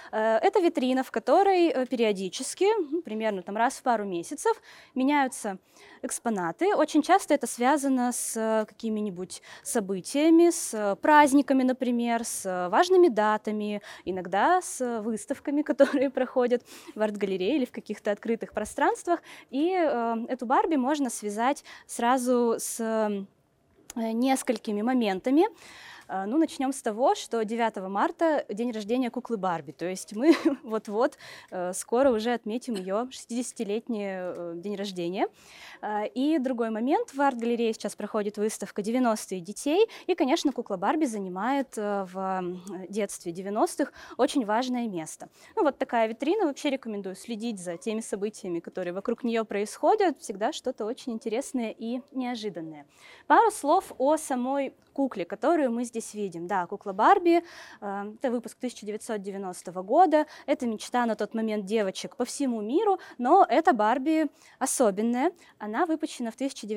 Это витрина, в которой периодически, примерно там раз в пару месяцев, меняются экспонаты. Очень часто это связано с какими-нибудь событиями, с праздниками, например, с важными датами, иногда с выставками, которые проходят в арт-галерее или в каких-то открытых пространствах. И эту Барби можно связать сразу с несколькими моментами. Ну, начнем с того, что 9 марта день рождения куклы Барби, то есть мы вот-вот скоро уже отметим ее 60-летний день рождения. И другой момент, в арт-галерее сейчас проходит выставка «90-е детей», и, конечно, кукла Барби занимает в детстве 90-х очень важное место. Ну, вот такая витрина, вообще рекомендую следить за теми событиями, которые вокруг нее происходят, всегда что-то очень интересное и неожиданное. Пару слов о самой кукле, которую мы здесь видим. Да, кукла Барби, это выпуск 1990 года, это мечта на тот момент девочек по всему миру, но эта Барби особенная. Она выпущена в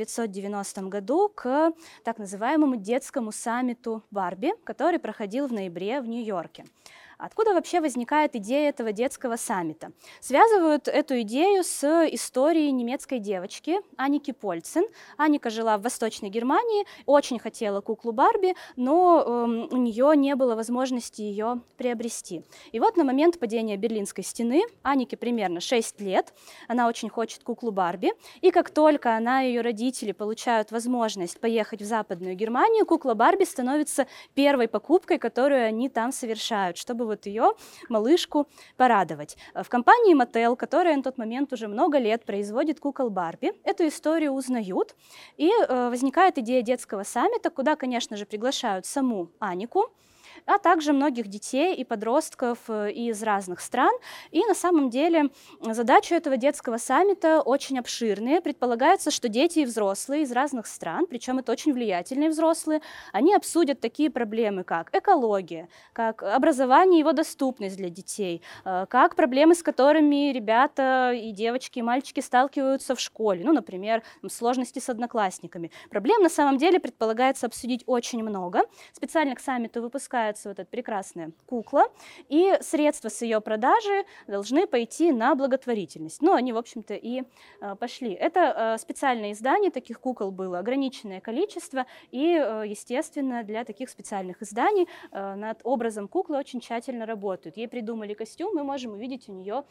1990 году к так называемому детскому саммиту Барби, который проходил в ноябре в Нью-Йорке. Откуда вообще возникает идея этого детского саммита? Связывают эту идею с историей немецкой девочки Анники Польцен. Анника жила в Восточной Германии, очень хотела куклу Барби, но у нее не было возможности ее приобрести. И вот на момент падения Берлинской стены, Аннике примерно 6 лет, она очень хочет куклу Барби, и как только она и ее родители получают возможность поехать в Западную Германию, кукла Барби становится первой покупкой, которую они там совершают, чтобы вот ее малышку порадовать. В компании Mattel, которая на тот момент уже много лет производит кукол Барби, эту историю узнают, и возникает идея детского саммита, куда, конечно же, приглашают саму Аннику, а также многих детей и подростков из разных стран. И на самом деле задача этого детского саммита очень обширная. Предполагается, что дети и взрослые из разных стран, причем это очень влиятельные взрослые, они обсудят такие проблемы, как экология, как образование и его доступность для детей, как проблемы, с которыми ребята и девочки, и мальчики сталкиваются в школе, ну, например, сложности с одноклассниками. Проблем на самом деле предполагается обсудить очень много. Специально к саммиту выпускается вот эта прекрасная кукла, и средства с ее продажи должны пойти на благотворительность. Ну, они, в общем-то, и пошли. Это специальное издание, таких кукол было ограниченное количество, и, естественно, для таких специальных изданий над образом куклы очень тщательно работают. Ей придумали костюм, мы можем увидеть у нее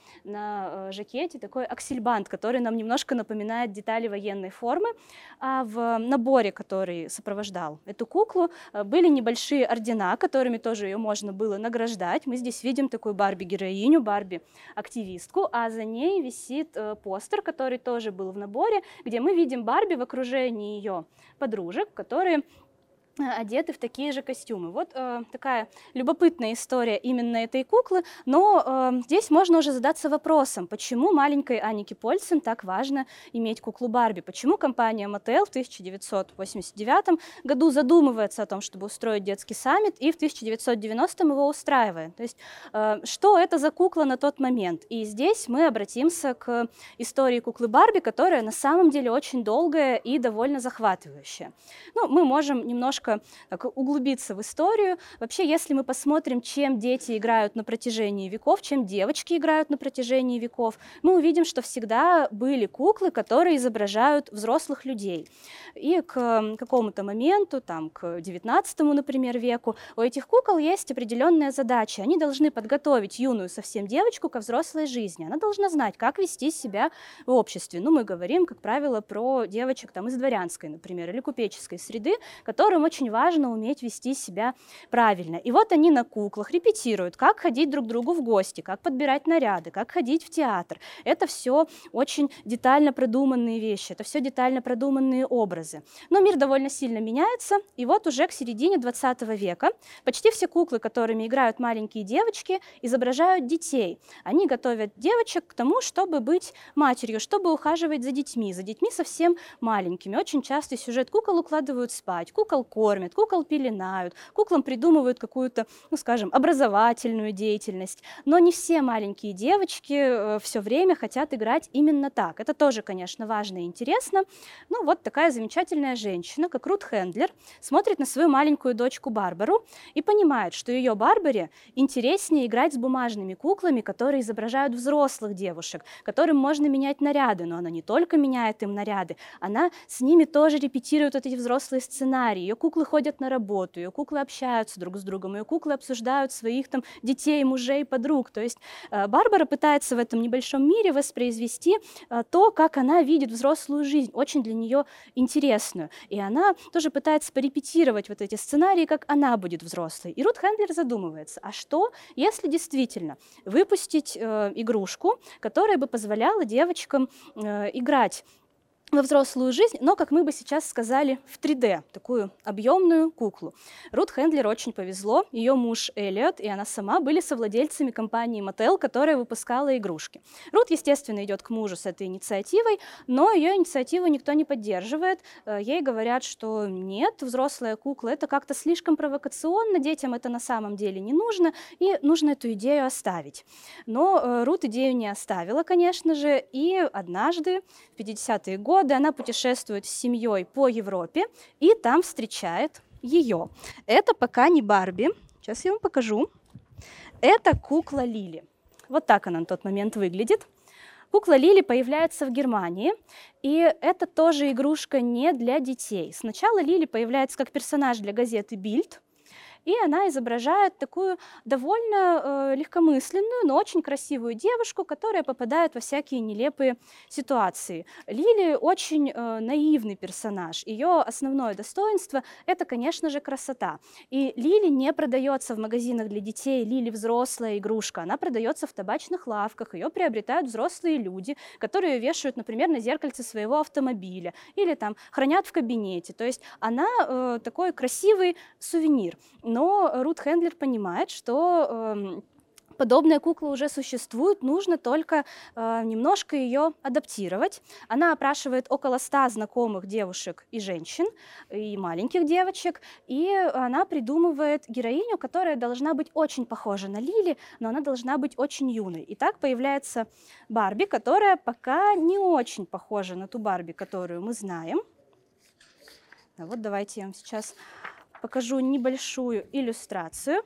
на жакете такой аксельбант, который нам немножко напоминает детали военной формы. А в наборе, который сопровождал эту куклу, были небольшие ордена, которыми тоже ее можно было награждать. Мы здесь видим такую Барби-героиню, Барби-активистку, а за ней висит постер, который тоже был в наборе, где мы видим Барби в окружении ее подружек, которые одеты в такие же костюмы. Вот такая любопытная история именно этой куклы, но здесь можно уже задаться вопросом, почему маленькой Аннике Польцен так важно иметь куклу Барби, почему компания Mattel в 1989 году задумывается о том, чтобы устроить детский саммит, и в 1990 его устраивает. То есть что это за кукла на тот момент? И здесь мы обратимся к истории куклы Барби, которая на самом деле очень долгая и довольно захватывающая. Ну, мы можем немножко так углубиться в историю. Вообще, если мы посмотрим, чем дети играют на протяжении веков, чем девочки играют на протяжении веков, мы увидим, что всегда были куклы, которые изображают взрослых людей. И к какому-то моменту, там, к 19, например, веку, у этих кукол есть определенная задача. Они должны подготовить юную совсем девочку ко взрослой жизни. Она должна знать, как вести себя в обществе. Ну, мы говорим, как правило, про девочек там, из дворянской, например, или купеческой среды, которым очень важно уметь вести себя правильно. И вот они на куклах репетируют, как ходить друг к другу в гости, как подбирать наряды, как ходить в театр. Это все очень детально продуманные вещи, это все детально продуманные образы. Но мир довольно сильно меняется, и вот уже к середине 20 века почти все куклы, которыми играют маленькие девочки, изображают детей. Они готовят девочек к тому, чтобы быть матерью, чтобы ухаживать за детьми совсем маленькими. Очень часто сюжет кукол укладывают спать, кукол кормят, кукол пеленают, куклам придумывают какую-то, ну, скажем, образовательную деятельность. Но не все маленькие девочки все время хотят играть именно так. Это тоже, конечно, важно и интересно. Ну, вот такая замечательная женщина, как Рут Хендлер, смотрит на свою маленькую дочку Барбару и понимает, что ее Барбаре интереснее играть с бумажными куклами, которые изображают взрослых девушек, которым можно менять наряды, но она не только меняет им наряды, она с ними тоже репетирует вот эти взрослые сценарии. Ее куклы ходят на работу, ее куклы общаются друг с другом, ее куклы обсуждают своих там детей, мужей, подруг. То есть Барбара пытается в этом небольшом мире воспроизвести то, как она видит взрослую жизнь, очень для нее интересную. И она тоже пытается порепетировать вот эти сценарии, как она будет взрослой. И Рут Хендлер задумывается, а что, если действительно выпустить игрушку, которая бы позволяла девочкам играть во взрослую жизнь, но, как мы бы сейчас сказали, в 3D, такую объемную куклу. Рут Хендлер очень повезло, ее муж Эллиот и она сама были совладельцами компании Mattel, которая выпускала игрушки. Рут, естественно, идет к мужу с этой инициативой, но ее инициативу никто не поддерживает. Ей говорят, что нет, взрослая кукла — это как-то слишком провокационно, детям это на самом деле не нужно, и нужно эту идею оставить. Но Рут идею не оставила, конечно же, и однажды, в 50-е годы, она путешествует с семьей по Европе и там встречает ее. Это пока не Барби, сейчас я вам покажу. Это кукла Лили. Вот так она на тот момент выглядит. Кукла Лили появляется в Германии, и это тоже игрушка не для детей. Сначала Лили появляется как персонаж для газеты «Бильд», и она изображает такую довольно легкомысленную, но очень красивую девушку, которая попадает во всякие нелепые ситуации. Лили очень наивный персонаж. Ее основное достоинство – это, конечно же, красота. И Лили не продается в магазинах для детей, Лили взрослая игрушка. Она продается в табачных лавках, ее приобретают взрослые люди, которые вешают, например, на зеркальце своего автомобиля или там хранят в кабинете. То есть она такой красивый сувенир. Но Рут Хендлер понимает, что подобная кукла уже существует, нужно только немножко ее адаптировать. Она опрашивает около 100 знакомых девушек и женщин, и маленьких девочек, и она придумывает героиню, которая должна быть очень похожа на Лили, но она должна быть очень юной. И так появляется Барби, которая пока не очень похожа на ту Барби, которую мы знаем. Вот давайте я вам сейчас покажу небольшую иллюстрацию.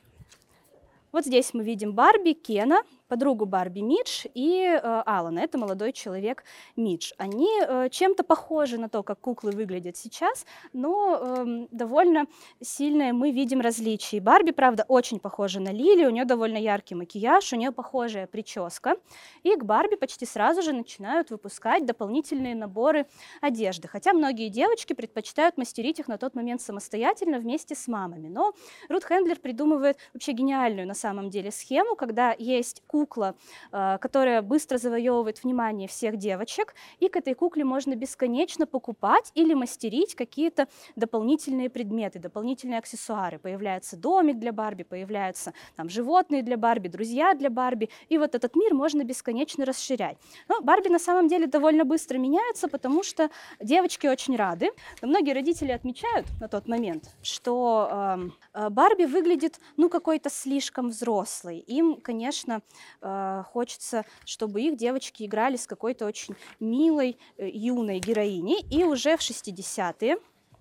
Вот здесь мы видим Барби, Кена, подругу Барби Мидж и Алана. Это молодой человек Мидж. Они чем-то похожи на то, как куклы выглядят сейчас, но довольно сильное мы видим различия. Барби, правда, очень похожа на Лили, у нее довольно яркий макияж, у нее похожая прическа. И к Барби почти сразу же начинают выпускать дополнительные наборы одежды. Хотя многие девочки предпочитают мастерить их на тот момент самостоятельно вместе с мамами. Но Рут Хендлер придумывает вообще гениальную на самом деле схему, когда есть кукла, которая быстро завоевывает внимание всех девочек, и к этой кукле можно бесконечно покупать или мастерить какие-то дополнительные предметы, дополнительные аксессуары. Появляется домик для Барби, появляются там животные для Барби, друзья для Барби, и вот этот мир можно бесконечно расширять. Но Барби на самом деле довольно быстро меняется, потому что девочки очень рады. Но многие родители отмечают на тот момент, что Барби выглядит какой-то слишком взрослой. Им, конечно, хочется, чтобы их девочки играли с какой-то очень милой, юной героиней. И уже в 60-е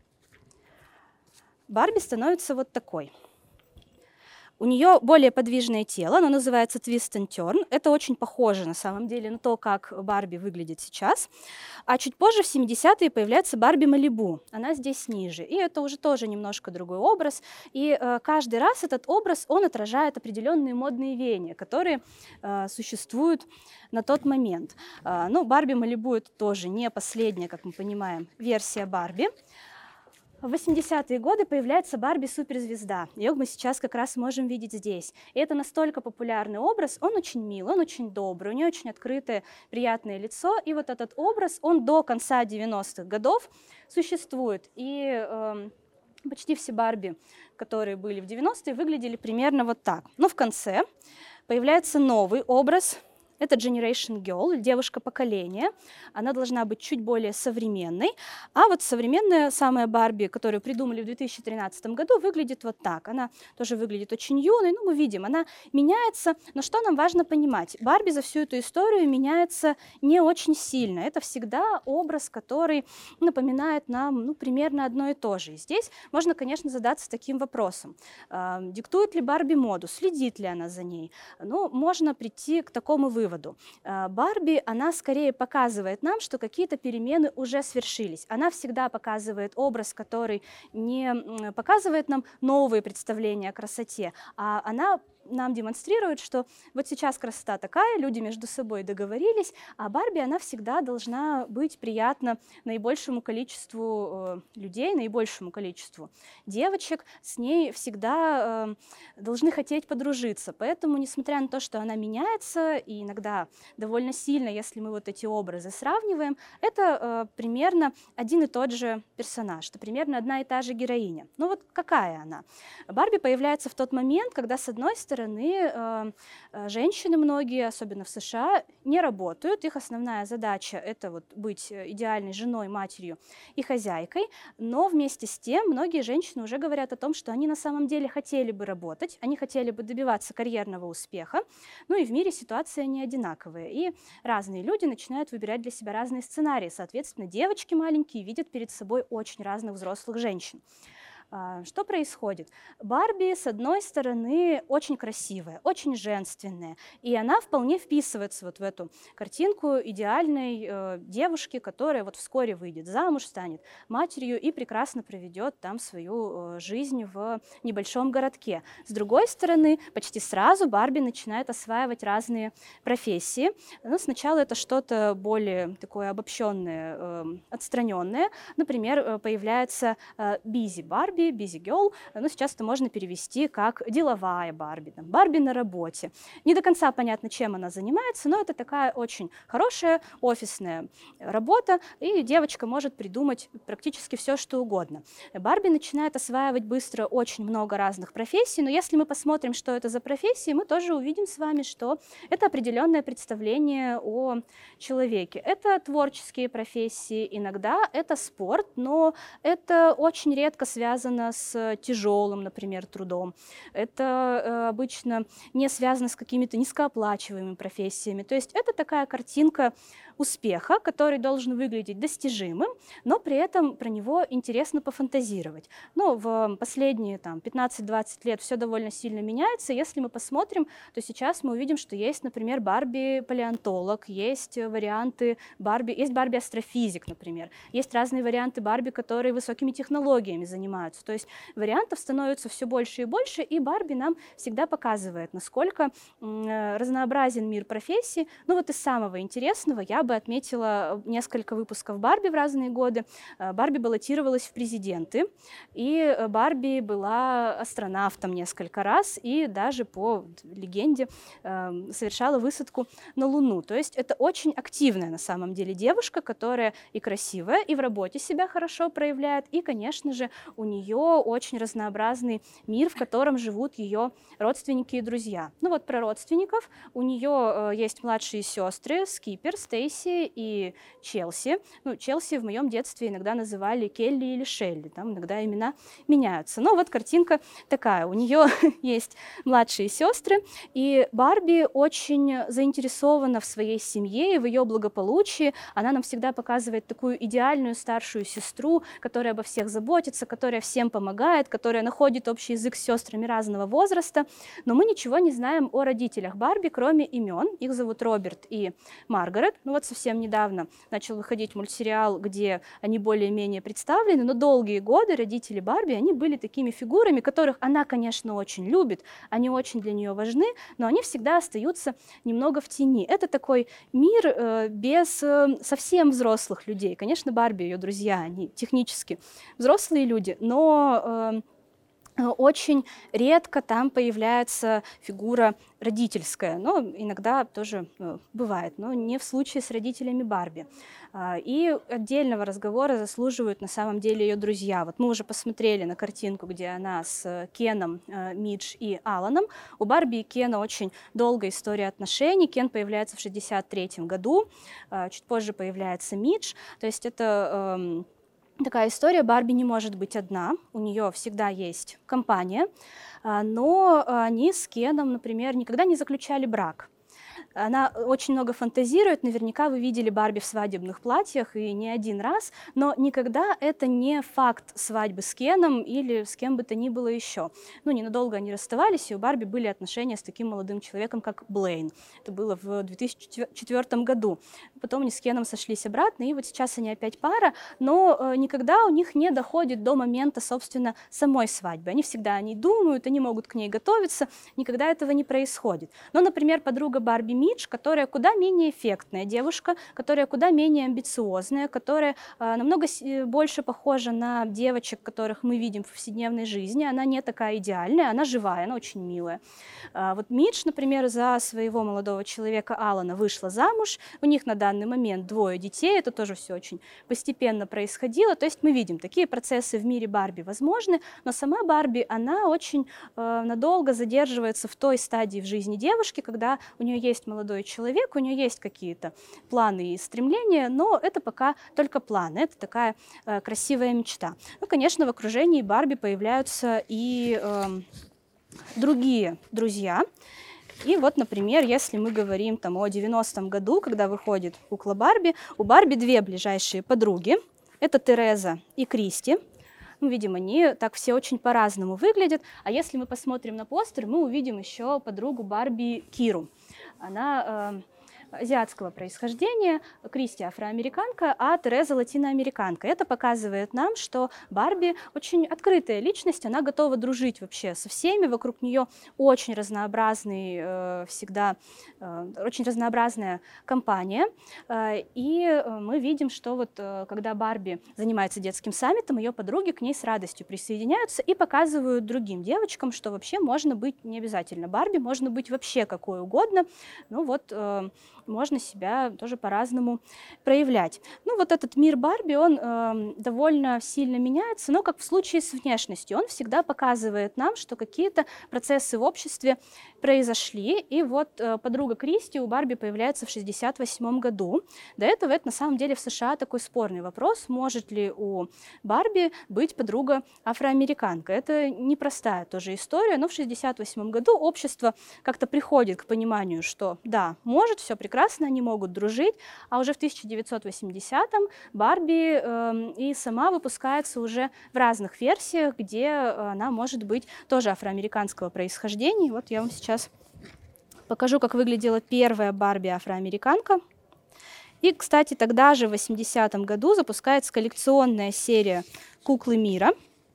Барби становится вот такой. У нее более подвижное тело, оно называется Twist and Turn. Это очень похоже на самом деле на то, как Барби выглядит сейчас. А чуть позже, в 70-е, появляется Барби Малибу. Она здесь ниже. И это уже тоже немножко другой образ. И каждый раз этот образ, он отражает определенные модные веяния, которые существуют на тот момент. Барби Малибу — это тоже не последняя, как мы понимаем, версия Барби. В 80-е годы появляется Барби-суперзвезда. Ее мы сейчас как раз можем видеть здесь. И это настолько популярный образ, он очень милый, он очень добрый, у нее очень открытое, приятное лицо. И вот этот образ, он до конца 90-х годов существует. И почти все Барби, которые были в 90-е, выглядели примерно вот так. Но в конце появляется новый образ. это Generation Girl, девушка поколения. Она должна быть чуть более современной. А вот современная самая Барби, которую придумали в 2013 году, выглядит вот так. Она тоже выглядит очень юной, мы видим, она меняется. Но что нам важно понимать? Барби за всю эту историю меняется не очень сильно. Это всегда образ, который напоминает нам примерно одно и то же. И здесь можно, конечно, задаться таким вопросом. Диктует ли Барби моду? Следит ли она за ней? Можно прийти к такому выводу. Барби, она скорее показывает нам, что какие-то перемены уже свершились. Она всегда показывает образ, который не показывает нам новые представления о красоте, а она нам демонстрирует, что вот сейчас красота такая, люди между собой договорились, а Барби, она всегда должна быть приятна наибольшему количеству людей, наибольшему количеству девочек, с ней всегда должны хотеть подружиться. Поэтому, несмотря на то, что она меняется, и иногда довольно сильно, если мы вот эти образы сравниваем, это примерно один и тот же персонаж, это примерно одна и та же героиня. Вот какая она? Барби появляется в тот момент, когда, с одной стороны, женщины многие, особенно в США, не работают. Их основная задача – это вот быть идеальной женой, матерью и хозяйкой. Но вместе с тем многие женщины уже говорят о том, что они на самом деле хотели бы работать, они хотели бы добиваться карьерного успеха. И в мире ситуация не одинаковая. И разные люди начинают выбирать для себя разные сценарии. Соответственно, девочки маленькие видят перед собой очень разных взрослых женщин. Что происходит? Барби, с одной стороны, очень красивая, очень женственная, и она вполне вписывается вот в эту картинку идеальной девушки, которая вот вскоре выйдет замуж, станет матерью и прекрасно проведет там свою жизнь в небольшом городке. С другой стороны, почти сразу Барби начинает осваивать разные профессии. Сначала это что-то более такое обобщенное, отстраненное. Например, появляется Busy Барби, Busy Girl, сейчас это можно перевести как деловая Барби, Барби на работе. Не до конца понятно, чем она занимается, но это такая очень хорошая офисная работа, и девочка может придумать практически все, что угодно. Барби начинает осваивать быстро очень много разных профессий, но если мы посмотрим, что это за профессии, мы тоже увидим с вами, что это определенное представление о человеке. Это творческие профессии, иногда это спорт, но это очень редко связано с тяжелым, например, трудом. Это обычно не связано с какими-то низкооплачиваемыми профессиями. То есть это такая картинка успеха, который должен выглядеть достижимым, но при этом про него интересно пофантазировать. В последние 15-20 лет все довольно сильно меняется. Если мы посмотрим, то сейчас мы увидим, что есть, например, Барби-палеонтолог, есть варианты Барби, есть Барби-астрофизик, например. Есть разные варианты Барби, которые высокими технологиями занимаются. То есть вариантов становится все больше и больше, и Барби нам всегда показывает, насколько разнообразен мир профессий. Из самого интересного я бы отметила несколько выпусков Барби в разные годы. Барби баллотировалась в президенты, и Барби была астронавтом несколько раз, и даже по легенде совершала высадку на Луну. То есть это очень активная на самом деле девушка, которая и красивая, и в работе себя хорошо проявляет, и, конечно же, у нее очень разнообразный мир, в котором живут ее родственники и друзья. Про родственников. У нее есть младшие сестры Скипер, Стейси и Челси. Челси в моем детстве иногда называли Келли или Шелли, там иногда имена меняются. Картинка такая. У нее есть младшие сестры, и Барби очень заинтересована в своей семье и в ее благополучии. Она нам всегда показывает такую идеальную старшую сестру, которая обо всех заботится, которая всем помогает, которая находит общий язык с сестрами разного возраста. Но мы ничего не знаем о родителях Барби, кроме имен. Их зовут Роберт и Маргарет. Совсем недавно начал выходить мультсериал, где они более-менее представлены, но долгие годы родители Барби, они были такими фигурами, которых она, конечно, очень любит, они очень для нее важны, но они всегда остаются немного в тени. Это такой мир без совсем взрослых людей. Конечно, Барби и ее друзья, они технически взрослые люди, но очень редко там появляется фигура родительская, но иногда тоже бывает, но не в случае с родителями Барби. И отдельного разговора заслуживают на самом деле ее друзья. Вот мы уже посмотрели на картинку, где она с Кеном, Мидж и Аланом. У Барби и Кена очень долгая история отношений. Кен появляется в 1963 году, чуть позже появляется Мидж. То есть это такая история. Барби не может быть одна, у нее всегда есть компания, но они с Кеном, например, никогда не заключали брак. Она очень много фантазирует, наверняка вы видели Барби в свадебных платьях и не один раз, но никогда это не факт свадьбы с Кеном или с кем бы то ни было еще. Ну, ненадолго они расставались, и у Барби были отношения с таким молодым человеком, как Блейн. Это было в 2004 году. Потом они с Кеном сошлись обратно, и вот сейчас они опять пара, но никогда у них не доходит до момента, собственно, самой свадьбы. Они всегда о ней думают, они могут к ней готовиться, никогда этого не происходит. Но, например, подруга Барби Мидж, которая куда менее эффектная девушка, которая куда менее амбициозная, которая намного больше похожа на девочек, которых мы видим в повседневной жизни. Она не такая идеальная, она живая, она очень милая. Вот Мидж, например, за своего молодого человека Алана вышла замуж, у них на данный момент 2 детей, это тоже все очень постепенно происходило, то есть мы видим, такие процессы в мире Барби возможны, но сама Барби, она очень надолго задерживается в той стадии в жизни девушки, когда у нее есть молодой человек, у нее есть какие-то планы и стремления, но это пока только планы, это такая красивая мечта. Ну, конечно, в окружении Барби появляются и другие друзья. И вот, например, если мы говорим там, о 90-м году, когда выходит кукла Барби, у Барби 2 ближайшие подруги. Это Тереза и Кристи. Ну, видимо, они так все очень по-разному выглядят. А если мы посмотрим на постер, мы увидим еще подругу Барби Киру. Она азиатского происхождения, Кристи афроамериканка, а Тереза латиноамериканка. Это показывает нам, что Барби очень открытая личность, она готова дружить вообще со всеми, вокруг нее очень разнообразный, всегда очень разнообразная компания. И мы видим, что вот когда Барби занимается детским саммитом, ее подруги к ней с радостью присоединяются и показывают другим девочкам, что вообще можно быть не обязательно Барби, можно быть вообще какой угодно. Ну вот можно себя тоже по-разному проявлять. Ну вот этот мир Барби, он довольно сильно меняется, но как в случае с внешностью, он всегда показывает нам, что какие-то процессы в обществе произошли. И вот подруга Кристи у Барби появляется в 1968 году. До этого это на самом деле в США такой спорный вопрос, может ли у Барби быть подруга афроамериканка. Это непростая тоже история, но в 1968 году общество как-то приходит к пониманию, что да, может, все прекрасно, они могут дружить, а уже в 1980-м Барби и сама выпускается уже в разных версиях, где она может быть тоже афроамериканского происхождения. Вот я вам сейчас покажу, как выглядела первая Барби афроамериканка. И, кстати, тогда же в 80-м году запускается коллекционная серия «Куклы мира».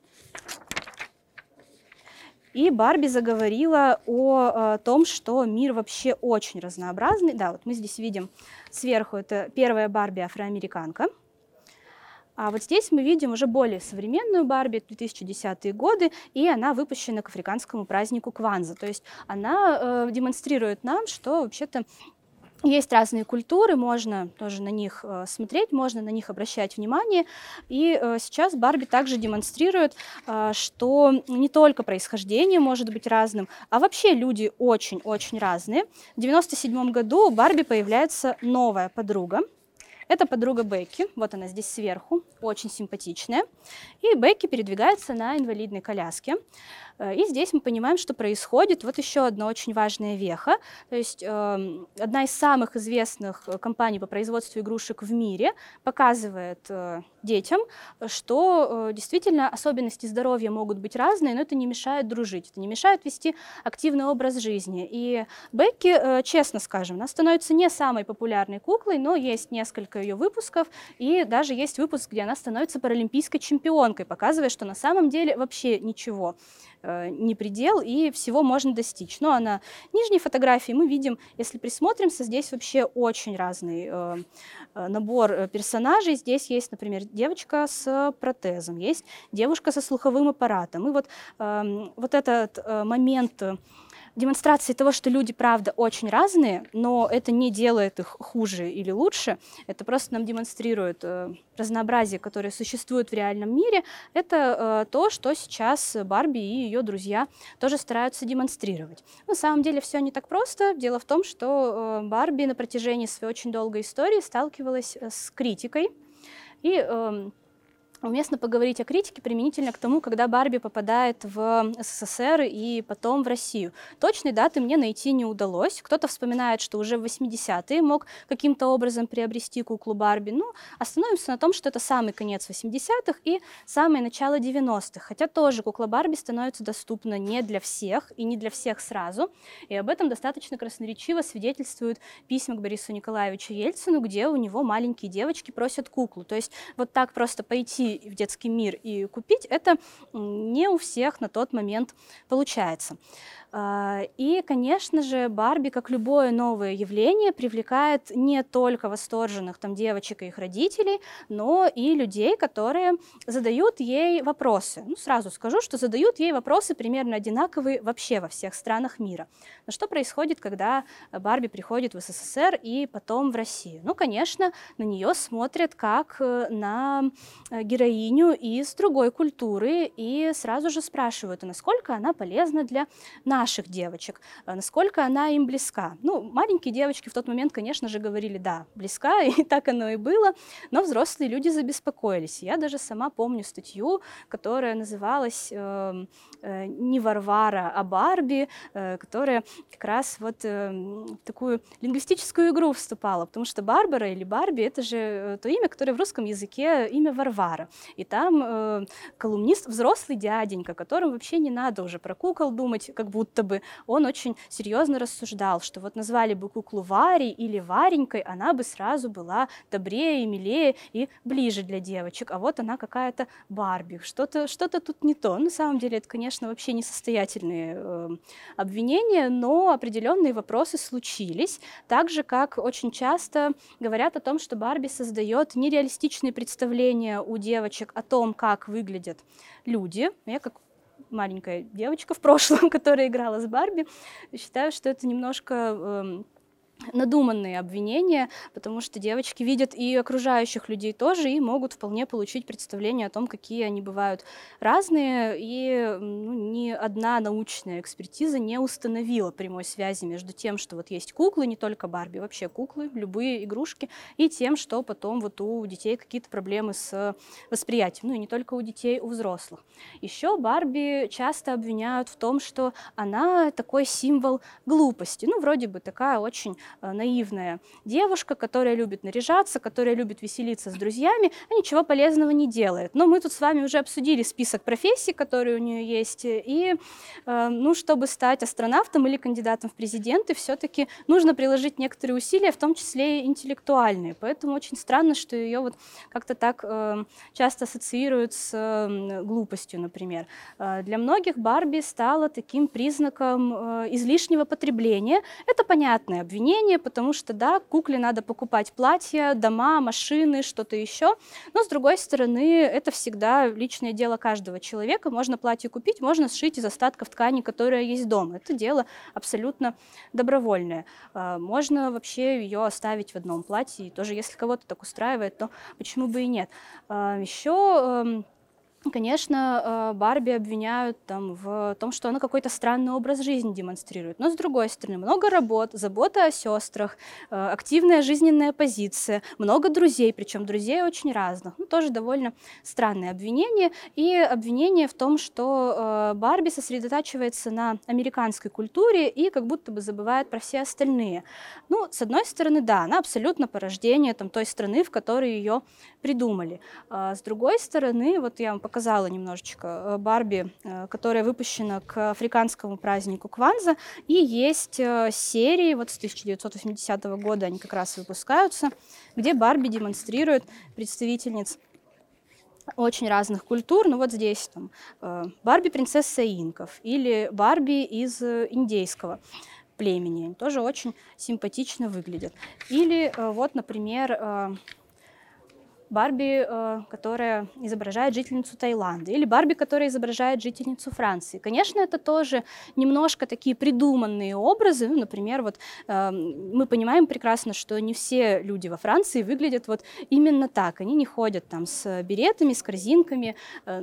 И Барби заговорила о том, что мир вообще очень разнообразный. Да, вот мы здесь видим сверху, это первая Барби афроамериканка. А вот здесь мы видим уже более современную Барби, 2010-е годы, и она выпущена к африканскому празднику Кванза. То есть она демонстрирует нам, что вообще-то есть разные культуры, можно тоже на них смотреть, можно на них обращать внимание. И сейчас Барби также демонстрирует, что не только происхождение может быть разным, а вообще люди очень-очень разные. В 1997 году у Барби появляется новая подруга. Это подруга Бекки, вот она здесь сверху, очень симпатичная. И Бекки передвигается на инвалидной коляске. И здесь мы понимаем, что происходит вот еще одна очень важная веха. То есть одна из самых известных компаний по производству игрушек в мире показывает детям, что действительно особенности здоровья могут быть разные, но это не мешает дружить, это не мешает вести активный образ жизни. И Бекки, честно скажем, она становится не самой популярной куклой, но есть несколько ее выпусков, и даже есть выпуск, где она становится паралимпийской чемпионкой, показывая, что на самом деле вообще ничего не предел, и всего можно достичь. Ну а на нижней фотографии мы видим, если присмотримся, здесь вообще очень разный набор персонажей. Здесь есть, например, девочка с протезом, есть девушка со слуховым аппаратом. И вот этот момент демонстрации того, что люди, правда, очень разные, но это не делает их хуже или лучше, это просто нам демонстрирует разнообразие, которое существует в реальном мире, это то, что сейчас Барби и ее друзья тоже стараются демонстрировать. На самом деле все не так просто. Дело в том, что Барби на протяжении своей очень долгой истории сталкивалась с критикой, и уместно поговорить о критике применительно к тому, когда Барби попадает в СССР и потом в Россию. Точной даты мне найти не удалось. Кто-то вспоминает, что уже в 80-е мог каким-то образом приобрести куклу Барби. Ну, остановимся на том, что это самый конец 80-х и самое начало 90-х. Хотя тоже кукла Барби становится доступна не для всех и не для всех сразу. И об этом достаточно красноречиво свидетельствуют письма к Борису Николаевичу Ельцину, где у него маленькие девочки просят куклу. То есть вот так просто пойти в детский мир и купить, это не у всех на тот момент получается. И, конечно же, Барби, как любое новое явление, привлекает не только восторженных там девочек и их родителей, но и людей, которые задают ей вопросы. Ну, сразу скажу, что задают ей вопросы примерно одинаковые вообще во всех странах мира. Но что происходит, когда Барби приходит в СССР и потом в Россию? Ну, конечно, на нее смотрят как на героиню из другой культуры и сразу же спрашивают, а насколько она полезна для наших девочек, насколько она им близка. Ну, маленькие девочки в тот момент, конечно же, говорили, да, близка, и так оно и было, но взрослые люди забеспокоились. Я даже сама помню статью, которая называлась не Варвара, а Барби, которая как раз вот в такую лингвистическую игру вступала, потому что Барбара или Барби — это же то имя, которое в русском языке имя Варвара. И там колумнист, взрослый дяденька, которому вообще не надо уже про кукол думать, как будто бы, он очень серьезно рассуждал, что вот назвали бы куклу Варей или Варенькой, она бы сразу была добрее, милее и ближе для девочек, а вот она какая-то Барби, что-то тут не то. На самом деле это, конечно, вообще несостоятельные обвинения, но определенные вопросы случились, так же, как очень часто говорят о том, что Барби создает нереалистичные представления у девочек о том, как выглядят люди. Я как маленькая девочка в прошлом, которая играла с Барби, считаю, что это немножко надуманные обвинения, потому что девочки видят и окружающих людей тоже и могут вполне получить представление о том, какие они бывают разные, и ни одна научная экспертиза не установила прямой связи между тем, что вот есть куклы, не только Барби, вообще куклы, любые игрушки, и тем, что потом вот у детей какие-то проблемы с восприятием, ну и не только у детей, у взрослых. Еще Барби часто обвиняют в том, что она такой символ глупости, ну вроде бы такая очень наивная девушка, которая любит наряжаться, которая любит веселиться с друзьями, а ничего полезного не делает. Но мы тут с вами уже обсудили список профессий, которые у нее есть, и чтобы стать астронавтом или кандидатом в президенты, все-таки нужно приложить некоторые усилия, в том числе и интеллектуальные. Поэтому очень странно, что ее вот как-то так часто ассоциируют с глупостью, например. Для многих Барби стала таким признаком излишнего потребления. Это понятное обвинение, потому что, да, кукле надо покупать платья, дома, машины, что-то еще, но, с другой стороны, это всегда личное дело каждого человека. Можно платье купить, можно сшить из остатков ткани, которая есть дома. Это дело абсолютно добровольное. Можно вообще ее оставить в одном платье, и тоже, если кого-то так устраивает, то почему бы и нет. Еще конечно, Барби обвиняют в том, что она какой-то странный образ жизни демонстрирует. Но, с другой стороны, много работ, забота о сестрах, активная жизненная позиция, много друзей, причем друзей очень разных. Ну, тоже довольно странное обвинение. И обвинение в том, что Барби сосредотачивается на американской культуре и как будто бы забывает про все остальные. Ну, с одной стороны, да, она абсолютно порождение той страны, в которой ее придумали. С другой стороны, вот я вам показала немножечко Барби, которая выпущена к африканскому празднику Кванза, и есть серии, вот с 1980 года они как раз выпускаются, где Барби демонстрирует представительниц очень разных культур. Ну вот здесь там Барби принцесса инков или Барби из индейского племени. Они тоже очень симпатично выглядят. Или вот, например, Барби, которая изображает жительницу Таиланда, или Барби, которая изображает жительницу Франции. Конечно, это тоже немножко такие придуманные образы. Ну, например, вот мы понимаем прекрасно, что не все люди во Франции выглядят вот именно так. Они не ходят там с беретами, с корзинками,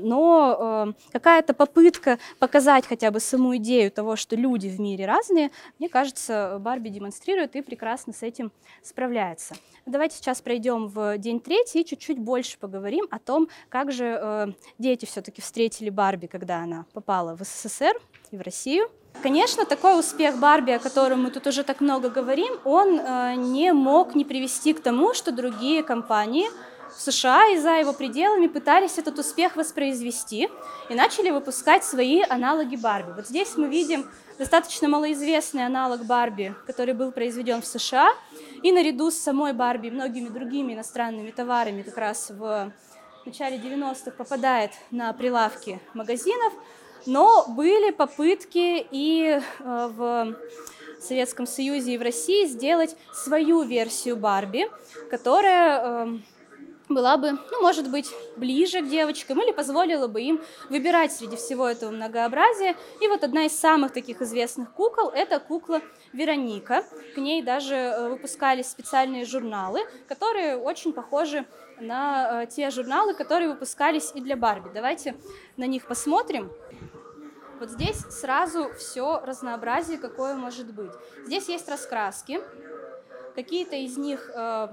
но какая-то попытка показать хотя бы саму идею того, что люди в мире разные, мне кажется, Барби демонстрирует и прекрасно с этим справляется. Давайте сейчас пройдем в день третий и чуть-чуть больше поговорим о том, как же дети все-таки встретили Барби, когда она попала в СССР и в Россию. Конечно, такой успех Барби, о котором мы тут уже так много говорим, он не мог не привести к тому, что другие компании в США и за его пределами пытались этот успех воспроизвести и начали выпускать свои аналоги Барби. Вот здесь мы видим достаточно малоизвестный аналог Барби, который был произведен в США, и наряду с самой Барби и многими другими иностранными товарами как раз в начале 90-х попадает на прилавки магазинов, но были попытки и в Советском Союзе, и в России сделать свою версию Барби, которая была бы, ну, может быть, ближе к девочкам или позволила бы им выбирать среди всего этого многообразия. И вот одна из самых таких известных кукол – это кукла Вероника. К ней даже выпускались специальные журналы, которые очень похожи на те журналы, которые выпускались и для Барби. Давайте на них посмотрим. Вот здесь сразу все разнообразие, какое может быть. Здесь есть раскраски. Какие-то из них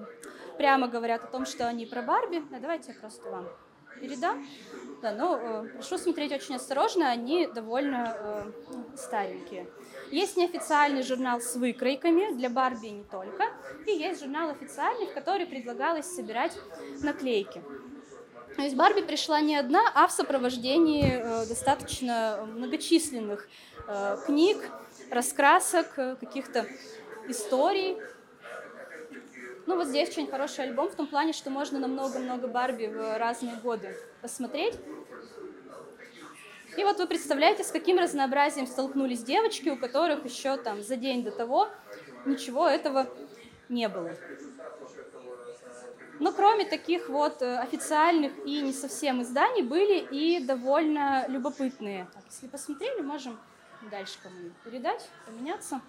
прямо говорят о том, что они про Барби. Да, давайте я просто вам передам. Да, но прошу смотреть очень осторожно, они довольно старенькие. Есть неофициальный журнал с выкройками для Барби и не только. И есть журнал официальный, в который предлагалось собирать наклейки. То есть Барби пришла не одна, а в сопровождении достаточно многочисленных книг, раскрасок, каких-то историй. Ну вот здесь очень хороший альбом в том плане, что можно на много-много Барби в разные годы посмотреть. И вот вы представляете, с каким разнообразием столкнулись девочки, у которых еще там за день до того ничего этого не было. Но кроме таких вот официальных и не совсем изданий были и довольно любопытные. Так, если посмотрели, можем дальше кому-нибудь передать, поменяться.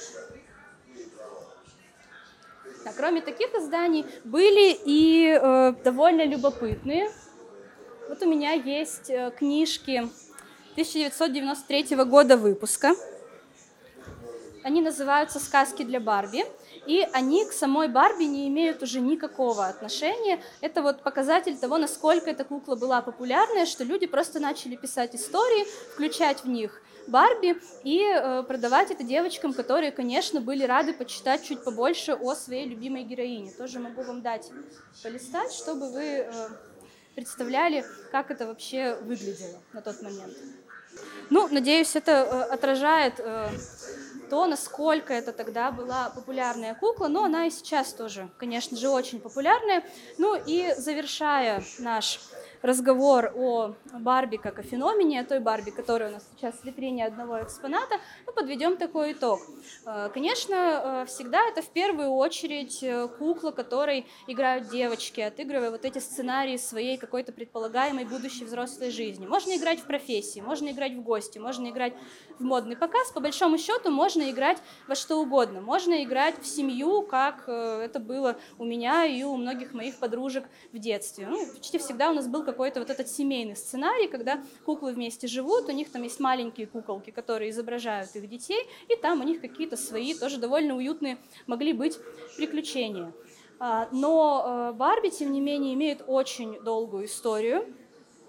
Так, кроме таких изданий были и довольно любопытные. Вот у меня есть книжки 1993 года выпуска. Они называются «Сказки для Барби». И они к самой Барби не имеют уже никакого отношения. Это вот показатель того, насколько эта кукла была популярная, что люди просто начали писать истории, включать в них Барби и продавать это девочкам, которые, конечно, были рады почитать чуть побольше о своей любимой героине. Тоже могу вам дать полистать, чтобы вы представляли, как это вообще выглядело на тот момент. Ну, надеюсь, это отражает то, насколько это тогда была популярная кукла, но она и сейчас тоже, конечно же, очень популярная. Ну и завершая наш разговор о Барби как о феномене, о той Барби, которая у нас сейчас в витрине одного экспоната, мы подведем такой итог. Конечно, всегда это в первую очередь кукла, которой играют девочки, отыгрывая вот эти сценарии своей какой-то предполагаемой будущей взрослой жизни. Можно играть в профессии, можно играть в гости, можно играть в модный показ. По большому счету можно играть во что угодно. Можно играть в семью, как это было у меня и у многих моих подружек в детстве. Ну, почти всегда у нас был какой-то вот этот семейный сценарий, когда куклы вместе живут, у них там есть маленькие куколки, которые изображают их детей, и там у них какие-то свои, тоже довольно уютные могли быть приключения. Но Барби, тем не менее, имеет очень долгую историю.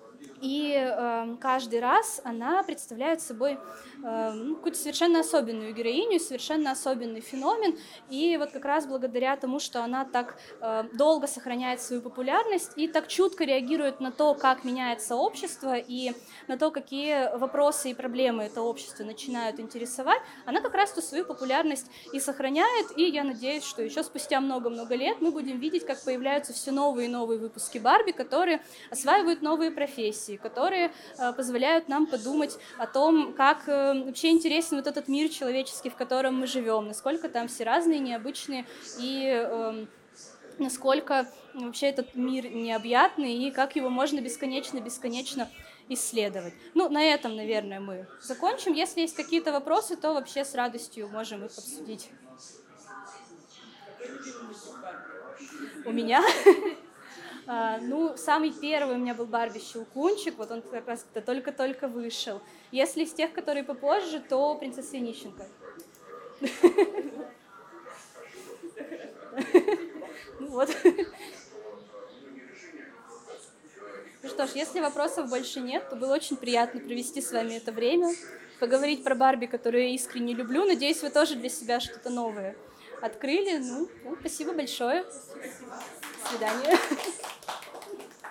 И каждый раз она представляет собой какую-то совершенно особенную героиню, совершенно особенный феномен. И вот как раз благодаря тому, что она так долго сохраняет свою популярность и так чутко реагирует на то, как меняется общество и на то, какие вопросы и проблемы это общество начинают интересовать, она как раз ту свою популярность и сохраняет. И я надеюсь, что еще спустя много-много лет мы будем видеть, как появляются все новые и новые выпуски Барби, которые осваивают новые профессии, которые позволяют нам подумать о том, как вообще интересен вот этот мир человеческий, в котором мы живем, насколько там все разные, необычные, и насколько вообще этот мир необъятный, и как его можно бесконечно исследовать. Ну, на этом, наверное, мы закончим. Если есть какие-то вопросы, то вообще с радостью можем их обсудить. У меня? Ну, самый первый у меня был Барби Щелкунчик, вот он как раз только-только вышел. Если из тех, которые попозже, то принцесса Нищенко. Ну вот. Ну что ж, если вопросов больше нет, то было очень приятно провести с вами это время, поговорить про Барби, которую я искренне люблю. Надеюсь, вы тоже для себя что-то новое открыли. Ну, спасибо большое. До свидания.